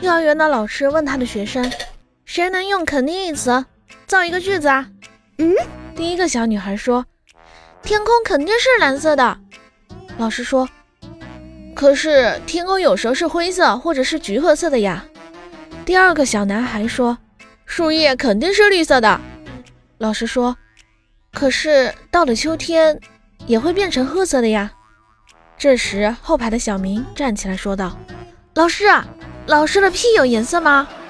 幼儿园的老师问他的学生，谁能用肯定一词造一个句子啊？第一个小女孩说，天空肯定是蓝色的。老师说，可是天空有时候是灰色或者是橘褐色的呀。第二个小男孩说，树叶肯定是绿色的。老师说，可是到了秋天也会变成褐色的呀。这时后排的小明站起来说道，老师的屁有颜色吗？